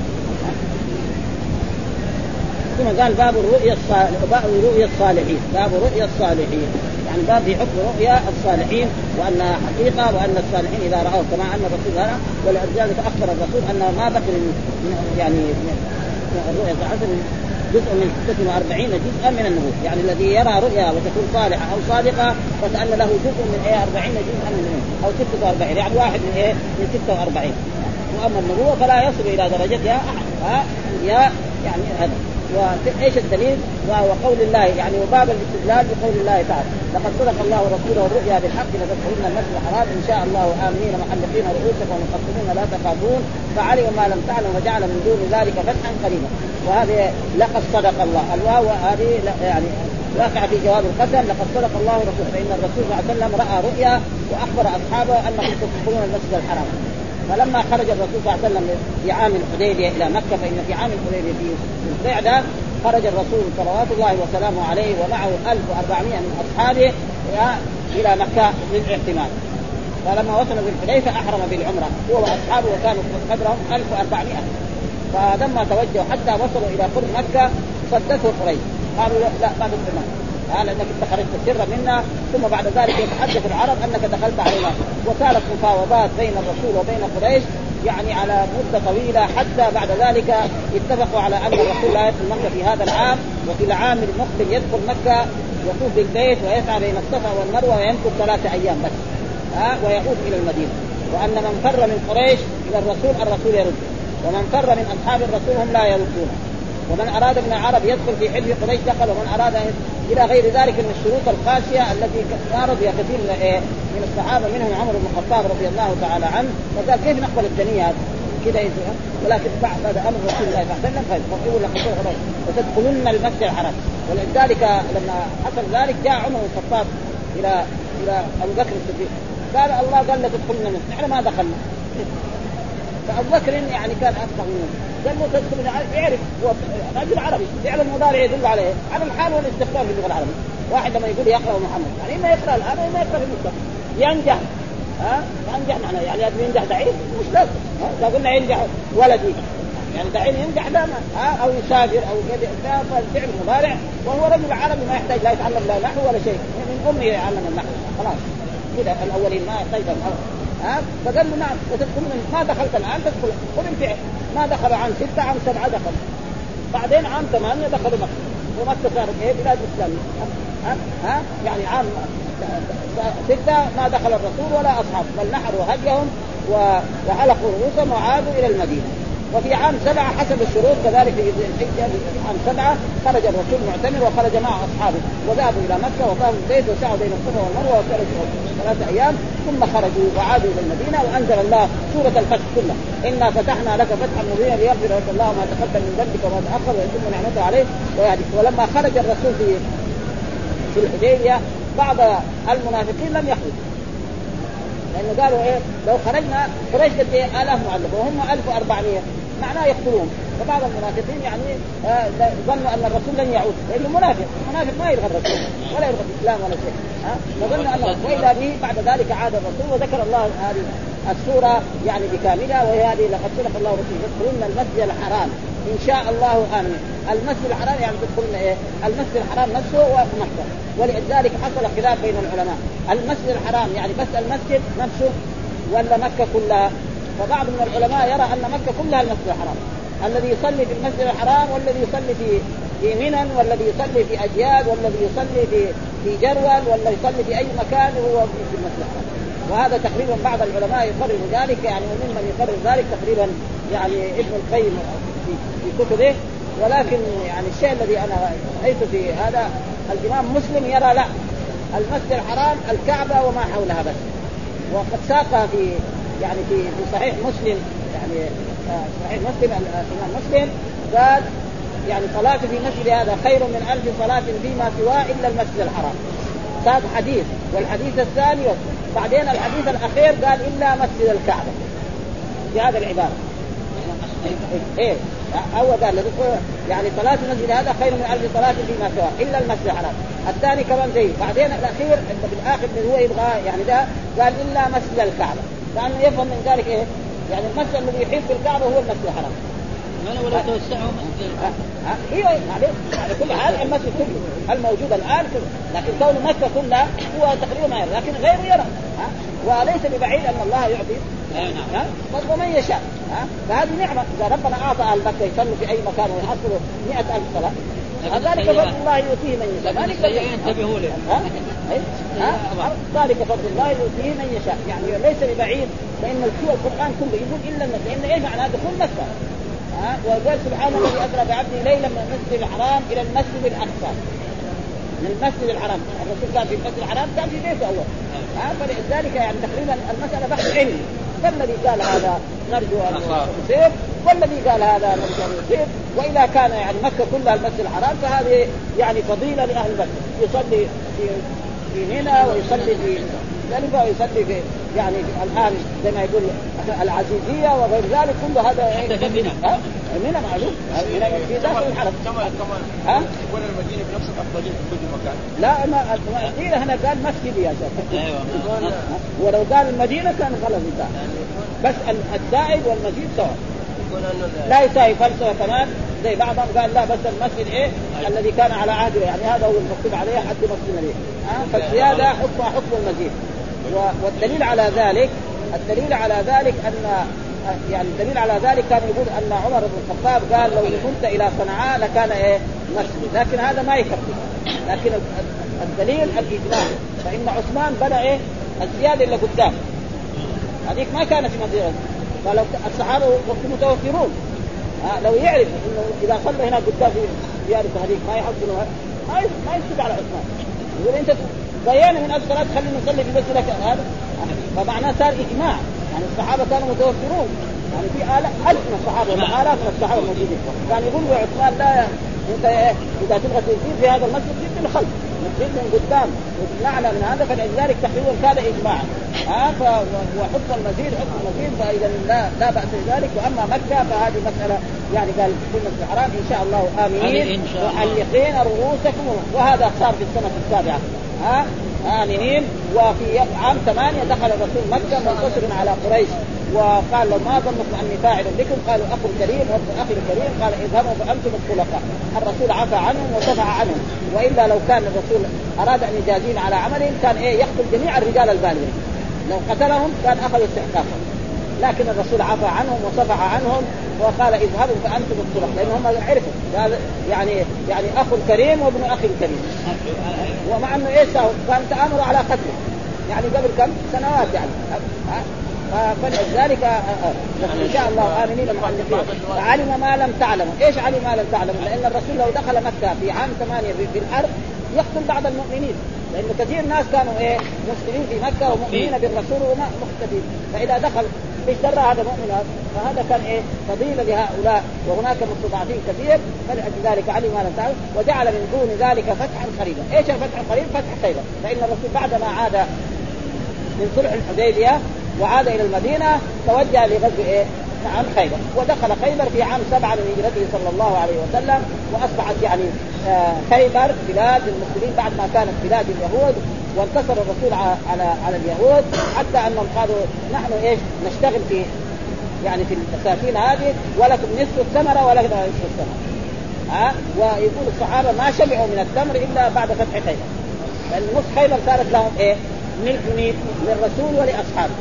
ثم قال باب الرؤيا باب رؤيا الصالحين، باب رؤيا الصالحين يعني باب في حكم رؤيا الصالحين وأنها حقيقة، وأن الصالحين إذا رأوا كما أن الرسول هذا. ولذلك أخبر الرسول أن ما بقي يعني الرؤيا جزء من ستة وأربعين جزءا من النبوة، يعني الذي يرى رؤيا وتكون صالحة أو صادقة فكأن له جزء من إيه أربعين جزءا من النبوة، أو ستة وأربعين يعني واحد من إيه من ستة وأربعين. وأما النبوة فلا يصل إلى درجتها أحد يا يعني هذا. وإيش الدليل؟ وهو قول الله يعني وباب الاستدلال بقول الله تعالى لقد صدق الله ورسوله الرؤيا بالحق لتدخلن المسجد الحرام إن شاء الله آمنين محلقين رؤوسكم ومقصرين لا تخافون فعلم ما لم تعلم وجعل من دون ذلك فتحا قريبا. وهذه لقد صدق الله الواو هذه يعني واقع في جواب القسم لقد صدق الله ورسوله، فإن الرسول صلى الله عليه وسلم رأى رؤيا وأخبر أصحابه أنهم تدخلون المسجد الحرام. فلما خرج الرسول صلى الله عليه وسلم في عام الحديبية إلى مكة، فإن في عام الحديبية في القعدة خرج الرسول صلوات الله وسلامه عليه ومعه ألف وأربعمائة من أصحابه إلى مكة للاعتماد. فلما وصلوا بالحديبية أحرم بالعمرة هو وأصحابه وكانوا قدرهم ألف وأربعمائة. فلما توجهوا حتى وصلوا إلى قرب مكة صدته قريش قالوا لا ما تدخلنا قال انك انت خرجت سرا منا، ثم بعد ذلك يتحدث العرب انك دخلت علينا. وكانت مفاوضات بين الرسول وبين قريش يعني على مدة طويلة، حتى بعد ذلك اتفقوا على ان الرسول لا يدخل مكة في هذا العام، وفي العام المقبل يدخل مكة يطوف بالبيت ويسعى بين الصفا والمروة ويمكث ثلاثة ايام بس ها ويعود الى المدينة. وان من فر من قريش الى الرسول الرسول يرد، ومن فر من اصحاب الرسول هم لا يردون. ومن أراد من العرب يدخل في حلف قريش دخل، ومن أراد إلى غير ذلك من الشروط القاسية التي أراد بها كثير من الصحابة منهم عمر بن الخطاب رضي الله تعالى عنه. فقال كيف نقبل الدنيا كذا يزوها؟ ولكن بعد أمر رسول الله صلى الله عليه وسلم فيقول لك وتدخلن المسجد الحرام. ولذلك لما حصل ذلك جاء عمر بن الخطاب إلى إلى أبو بكر الصديق قال الله قال لا تدخلن المسجد، نحن ما دخلنا. فأبو بكر يعني كان أفقه منه قال له تدخل يعرف هو رجل عربي فعل المضارع يدل عليه على الحال والاستخدام في اللغة العربية. واحد لما يقول يقرأ محمد يعني إما يقرأ الآن وإما يقرأ في المستقبل ينجح ها ينجح معنا يعني هذا ينجح دعيم مش لازم. لو قلنا ينجح ولدي يعني دعيم ينجح لا ها أو يسافر أو كذا فالفعل المضارع، وهو رجل عربي ما يحتاج لا يتعلم لا نحو ولا شيء من أمه يعلم النحو خلاص كذا. الأولين ما يحتاج ها فقال له نعم وتدخل ما دخلت الآن تدخل قل الفعل ما دخل عن ستة عن سبعة دخل، بعدين عام ثمانية دخلوا مكة ومكة صارت إيه بلاد إسلامية ها ها يعني عام ستة ما دخل الرسول ولا أصحاب بل نحروا هديهم وحلقوا رؤوسهم وعادوا إلى المدينة. وفي عام سبعة حسب الشروط كذلك في عام سبعة خرج الرسول معتمر وخرج مع أصحابه وذهبوا إلى مكة وطافوا البيت وسعوا بين الصفا والمروة وخرجوا ثلاثة أيام ثم خرجوا وعادوا إلى المدينة. وأنزل الله سورة الفتح كلها إنا فتحنا لك فتحا مبينا ليغفر لك الله ما تقدم من ذنبك وما تأخر ويتم نعمته عليه ويهديك. ولما خرج الرسول في في الحديبية بعض المنافقين لم يخرجوا، قالوا لا لا نحن ولا شيء من أمه يعلم النحو خلاص كده. الأولين ما يحتاج لا يتعلم لا نحو ولا شيء من أمه يعلم النحو. فقال له نعم وتدخلن المسجد الحرام لانه قالوا ايه لو خرجنا قريش قد ايه آلاف معلم وهم ألف وأربعمائة معناه يقتلون. فبعض المنافقين يعني آه ظنوا ان الرسول لن يعود لانه منافق منافق ما يلغى الرسول ولا يلغى الاسلام ولا شيء ها فظنوا انه واذا به بعد ذلك عاد الرسول وذكر الله هذه السوره يعني بكاملها وهي هذه لقد صدق الله رسوله يدخلون المسجد الحرام ان شاء الله امين. المسجد الحرام يعني تدخلون ايه المسجد الحرام نفسه ومكه ولذلك حصل خلاف بين العلماء المسجد الحرام يعني بس المسجد نفسه ولا مكه كلها. فبعض من العلماء يرى ان مكه كلها المسجد الحرام الذي يصلي في المسجد الحرام والذي يصلي في في منن والذي يصلي في أجياد والذي يصلي في في جرول ولا يصلي في أي مكان هو في المسجد الحرام. وهذا تقريبا بعض العلماء يقرر ذلك يعني وممن يقرر ذلك تقريبا يعني ابن القيم في, في كتبه. ولكن يعني الشيء الذي أنا رأيت في هذا الإمام مسلم يرى لا المسجد الحرام الكعبة وما حولها بس. وقد ساق في يعني في في صحيح مسلم يعني صحيح مسلم الإمام مسلم قال يعني صلاة في مسجد هذا خير من ألف صلاة فيما سواه إلا المسجد الحرام. هذا حديث. والحديث الثاني بعدين الحديث الأخير قال إلا مسجد الكعبة في هذا العبارة إيه أول قال يعني صلاة المسجد هذا خير من ألف صلاة فيما سواه إلا المسجد الحرام. الثاني كمان زي بعدين الأخير بالآخر اللي هو يبغى يعني ده قال إلا مسجد الكعبة لأنه يفهم من ذلك إيه يعني المسجد الذي يحيط في الكعبة هو المسجد الحرام. أنا ولا توسعوا مسجد ايوه عليه على كل حال المسجد كله الموجود الآن كله. لكن كون مكة كلها هو تقريبا ما يرى لكن غيره يرى ها وليس ببعيد أن الله يعطي ها ومن يشاء ها فهذه نعمة. إذا ربنا أعطى أهل مكة يصلوا في أي مكان ويحصلوا مئة ألف صلاة ذلك فضل الله يؤتيه من يشاء. ذلك ينتبهوا له ها ذلك فضل الله يؤتيه من يشاء يعني ليس ببعيد. لأن القرآن كله يقول إلا الناس لأن إيه معنى دخول مكة ها وقال سبحانه الذي أسرى بعبده ليلا من المسجد الحرام إلى المسجد الأقصى من المسجد الحرام. الرسول كان في المسجد الحرام كان في بيته أول ها فلذلك يعني تقريبا المسألة بحث علمي. فالذي قال هذا نرجو أن يصير والذي قال هذا نرجو أن يصير. وإذا كان يعني مكة كلها المسجد الحرام فهذه يعني فضيلة لأهل مكة يصلي في في منى ويصلي في ذلك ويصلي في يعني الآن زي ما يقول العزيزية وغير ذلك كل هذا حتى في منى منى معلوم في داخل الحرم كمان كمان ها يكون المدينة بنفس الأفضلية في كل مكان. لا ما المدينة هنا قال مسجد يا شيخ أيوة ولو قال المدينة كان خلاص انتهى بس الزائد والمزيد سواء لا يساوي فلسفة كمان زي بعضهم قال لا بس المسجد ايه الذي كان على عهده يعني هذا هو المكتوب عليه حد مسجد النبي ها فالزيادة حكمها حكم المزيد. والدليل على ذلك الدليل على ذلك أن يعني الدليل على ذلك كان يقول أن عمر بن الخطاب قال لو كنت إلى صنعاء لكان إيه مسجد لكن هذا ما يكفي. لكن الدليل الإجماع فإن عثمان بنى إيه الزيادة اللي قدام هذيك ما كانت في مدينة فلو الصحابة متوفرون لو يعرف إنه إذا صلى هنا قدام في زيادة هذيك ما يحصلها ما ما يسكت على عثمان يقول أنت ضيعنا من ألف صلاة خلينا نصلي في مسجدك هذا. فمعناه صار إجماع يعني الصحابة كانوا متوفرون يعني في آلاف ألف من الصحابة وآلاف من الصحابة موجودين. كان يقول له عثمان لا أنت إذا تبغى تزيد في هذا المسجد جد من الخلف نزيد من قدام ونعلى من هذا. فلذلك تقريبا كان إجماعا ها وحكم المزيد حكم المزيد فإذا لا لا بأس بذلك. وأما مكة فهذه مسألة يعني قال في المسجد الحرام إن شاء الله آمنين محلقين رؤوسكم وهذا صار في السنة السابعة ها آمنين. وفي عام ثمانية دخل الرسول مكة منتصر على قريش وقال لو ما ظنكم أني فاعل بكم قالوا أخو الكريم وابن أخي الكريم قال اذهبوا فأنتم الخلفاء. الرسول عفى عنهم وصفع عنهم وإلا لو كان الرسول أراد أن يجازين على عملهم كان إيه يقتل جميع الرجال البالغين لو قتلهم كان أخذ استحقاقهم. لكن الرسول عفى عنهم وصفع عنهم وقال اذهبوا فأنتم الخلفاء لأنهم عرفوا يعني يعني أخو الكريم وابن أخي الكريم. ومع أنه إيش كان تآمروا على قتله يعني قبل كم سنوات يعني فلذلك إن شاء الله آمنين محلقين. فعلم ما لم تعلموا. إيش علم ما لم تعلموا؟ لأن الرسول لو دخل مكة في عام ثمانية في الحرب يقتل بعض المؤمنين لأن كثير ناس كانوا إيه مسلمين في مكة ومؤمنين بالرسول وما مختفين. فإذا دخل إيش درى هذا مؤمن فهذا كان إيه فضيلة لهؤلاء وهناك مستضعفين كثير. فلذلك علم ما لم تعلموا وجعل من دون ذلك فتحا قريبا. إيش الفتح القريب؟ فتح خيبر. فإن الرسول بعدما عاد من صلح الحديبية وعاد إلى المدينة توجه لغزو إيه؟ عام خيبر، ودخل خيبر في عام سبعة من هجرته صلى الله عليه وسلم، وأصبحت يعني خيبر بلاد المسلمين بعد ما كانت بلاد اليهود، وانتصر الرسول على على اليهود حتى أنهم قالوا نحن إيش نشتغل في يعني في المساكين هذه ولكم نصف الثمرة ولكم نصف الثمرة. ها ويقول الصحابة ما شبعوا من التمر إلا بعد فتح خيبر، لأن نصف خيبر صارت لهم إيه ملك مين للرسول ولأصحابه.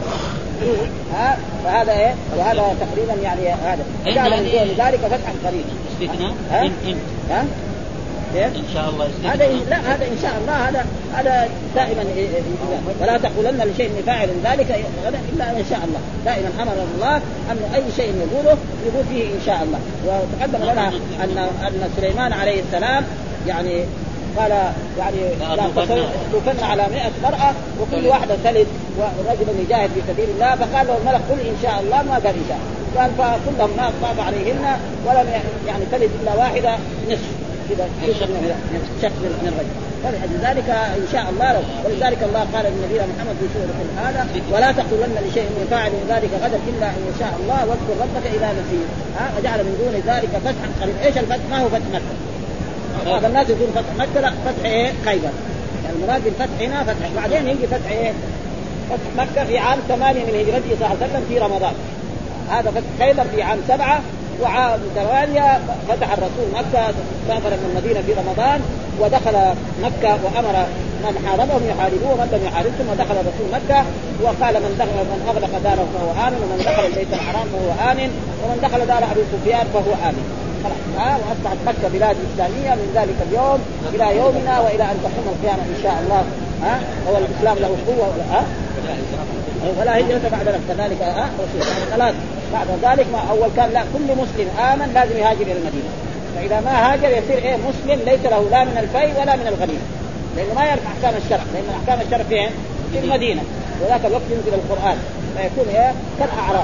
ها فهذا إيه وهذا تقريبا يعني هذا جعل من دون ذلك فتحا قريبا. استثناء ها إن إن ها إن شاء الله استثناء. هذا لا هذا إن شاء الله هذا هذا دائما إيه ولا تقولن لشيء فاعل ذلك إلا إن شاء الله. دائما أمر الله أن أي شيء يقوله يقول فيه إن شاء الله. وتقدم لنا أن أن سليمان عليه السلام يعني قال يعني تكن على مئة مرأة وكل واحدة تلد ورجل يجاهد في سبيل الله، فقال له الملك قل إن شاء الله، ما قال إن شاء الله، قال فكلهم ما طاب عليهن ولم يعني تلد إلا واحدة نصف كذا شخص من الرجل. ولذلك إن شاء الله، ولذلك الله قال لنبينا محمد في سورة هذا ولا تقولن لشيء فاعل ذلك غدا إلا إن شاء الله واذكر ربك إذا نسيت. ها وجعل من دون ذلك فتحا قريبا. إيش الفتح؟ ما هو فتح مكة. بعض الناس يقول فتح مكة، لا فتح إيه خيبر، يعني المراد بالفتح هنا فتح. بعدين يجي فتح إيه فتح مكة في عام ثمانية من هجرته صلى الله عليه وسلم في رمضان. هذا فتح خيبر في عام سبعة، وعام ثمانية فتح الرسول مكة، سافر من المدينة في رمضان ودخل مكة وأمر من حاربهم يحاربوه ومن لم يحاربهم، ودخل الرسول مكة وقال من دخل من أغلق داره فهو آمن، ومن دخل البيت الحرام فهو آمن، ومن دخل دار أبي سفيان فهو آمن. ها وأصبحت مكة بلاد إسلامية من ذلك اليوم إلى يومنا وإلى أن تقوم القيامة إن شاء الله. ها هو الإسلام له قوة ها ولا هجرة بعد كذلك. ها خلاص بعد ذلك ما أول كان لا كل مسلم آمن لازم يهاجر إلى المدينة، فإذا ما هاجر يصير إيه مسلم ليس له لا من الفيء ولا من الغنيمة، لأنه ما يعرف أحكام الشرع، لأن أحكام الشرع فين؟ في المدينة، وذاك الوقت ينزل القرآن فيكون إيه كالأعراب.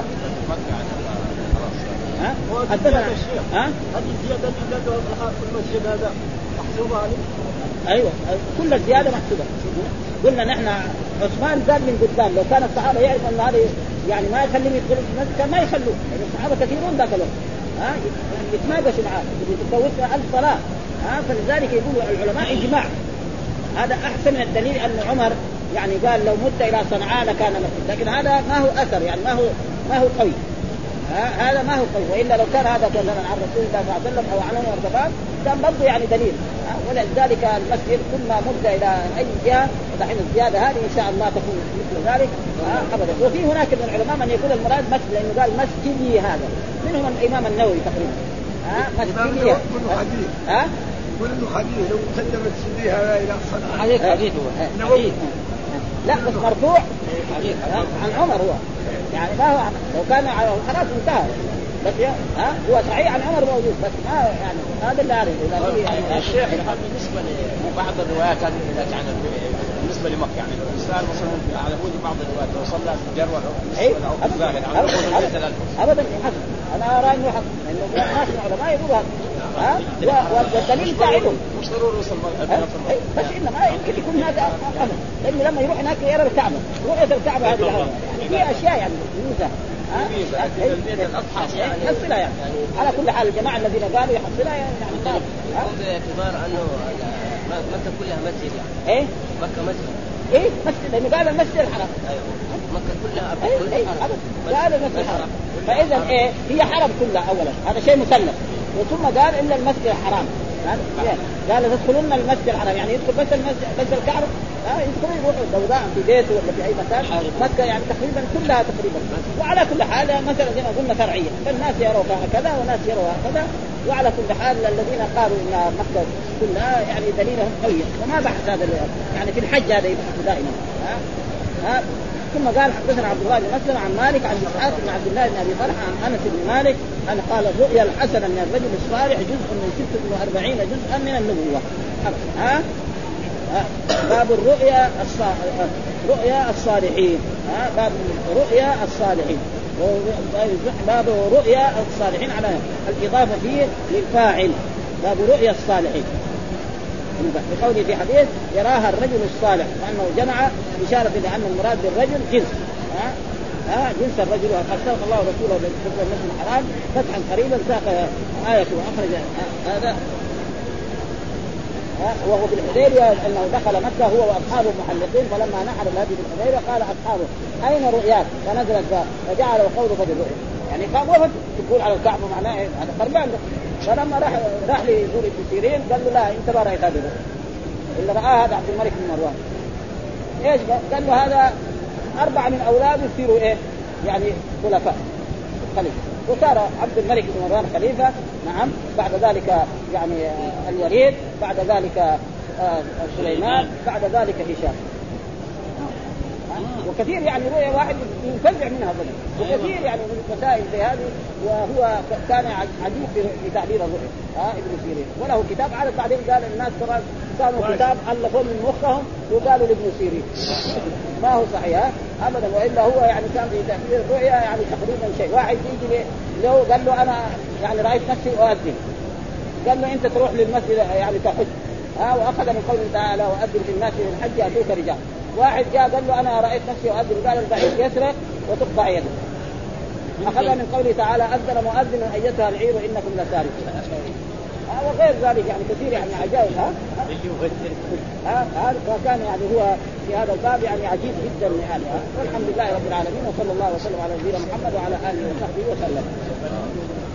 ها حدثنا ها هذه الزيادة اللي قالوا في المسجد هذا محسوبة عليه. أيوة كل الزيادة محسوبة. قلنا نحن عثمان زاد من قدام، لو كان الصحابة يعرف أن هذه يعني ما يخليهم يدخلوا في المسجد كان ما يخلوه، يعني الصحابة كثيرون ذاك الوقت ها يتناقشوا معاه يتفوتوا ألف صلاة. ها فلذلك يقولوا العلماء إجماع هذا أحسن من الدليل أن عمر يعني قال لو مت إلى صنعاء لكان مسجد، لكن هذا ما هو أثر يعني ما هو ما هو قوي. هذا ما هو قوي، وإلا لو كان هذا مثلا عن رسول الله صلى الله عليه وسلم أو عن عمر الخطاب كان برضه يعني دليل. ولذلك المسجد كل ما مد إلى أي جهة ودحين الزيادة هذه إن شاء الله تكون مثل ذلك أبدا. وفي هناك من العلماء من يقول المراد مسجد لأنه قال مسجدي هذا، منهم الإمام النووي تقريبا ها مسجدي ها كل حديث لو قدمت سديها إلى صنعاء حديث حديث نووي لا بس مرفوع عن عمر هو يعني ما هو لو كان خلاص انتهى بس ها هو صحيح عن عمر موجود بس ما يعني هذا اللي عارف. يعني الشيخ بالنسبه لبعض الروايات هذه عن بالنسبه لمكه يعني الانسان مثلا على وجه بعض الروايات لو صلى في جروه او ابدا ابدا حسن انا ارى انه حسن لانه ناس العلماء يقولوا ها والدليل ساعدهم مش ضروري يوصل بس انما يمكن يكون هذا امر لانه لما يروح هناك يرى الكعبه رؤيه الكعبه هذه يعني في اشياء يعني ميزه يحصلها يعني على كل حال الجماعة الذين قالوا يحصلها يعني يكون باعتبار أنه مكة كلها مسجد يعني إيه مكة مسجد إيه مسجد لأنه قال المسجد الحرام أيوة مكة كلها أبدا إيه أبدا قال المسجد الحرام فإذا إيه هي حرم كلها أولا هذا شيء مسلم وثم قال إلا المسجد الحرام قال تدخلون المسجد الحرام يعني يدخل بس المسجد بس الكعبة اه يدخل يروحوا سوداء في بيته ولا في اي مكان مكة يعني تقريبا كلها تقريبا. وعلى كل حال مثلا زي ما قلنا فرعيه فالناس يروا هكذا وناس يروا هكذا وعلى كل حال الذين قالوا ان مكة كلها يعني دليلهم قوي وما بحث هذا يعني في الحج هذا يبحث دائما ها ها ثم قال حدثنا عبد الله بن مسلم عن مالك عن اسحاق بن عبد الله بن ابي طلحه عن انس بن مالك ان قال الرؤيا الحسنه من الرجل الصالح جزء من ستة وأربعين جزءا من النبوه. ها باب الرؤيا رؤيا الصالحين ها باب رؤيا الصالحين باب رؤيا الصالحين على الإضافة فيه للفاعل باب رؤيا الصالحين بقوله في حديث يراها الرجل الصالح لأنه جمع إشارة إلى أن المراد بالرجل جنس ها ها جنس الرجل. وقد ساق الله ورسوله بالفتح المسجد الحرام فتحا قريبا ساق آية وأخرج هذا وهو بالحديبية أنه دخل مكة هو وأصحابه المحلقين فلما نحر الهدي بالحديبية قال أصحابه أين رؤياك فنزلت ذا فجعل وقوله بالرؤيا يعني قام وفد تقول على الكعبة معناه هذا قربان. فلما راح راح ليزور ابن سيرين قال له لا أنت ما رأيت هذا الرؤيا اللي رآها هذا عبد الملك بن مروان. إيش قال له هذا أربعة من أولاده يصيروا إيه يعني خلفاء خليفة وصار عبد الملك بن مروان خليفة. نعم بعد ذلك يعني الوليد بعد ذلك سليمان بعد ذلك هشام وكثير يعني رؤيا واحد ينفزع منها ظلم وكثير يعني من المسائل زي هذه. وهو كان عجيب في تعبير الرؤيا ها ابن سيرين وله كتاب على بعدين قال الناس ترى كانوا كتاب علقوا من مخهم وقالوا لابن سيرين ما هو صحيح ابدا. والا هو يعني كان في تعبير الرؤيا يعني تقريبا شيء واحد يجي له قال له انا يعني رايت نفسي اؤذن قال له انت تروح للمسجد يعني تحج ها واخذ من قوله تعالى واذن في الناس للحج اتوك رجال. واحد جاء قال له انا رايت نفسي اؤذن قال البعير يسرق وتقطع يده. اخذها من قوله تعالى اذن مؤذن ايتها العير انكم لسارقون وغير ذلك يعني كثير يعني عجائب. ها هذا كان يعني هو في هذا الباب يعني عجيب جدا يعني. والحمد لله رب العالمين وصلى الله وسلم على نبينا محمد وعلى اله وصحبه وسلم.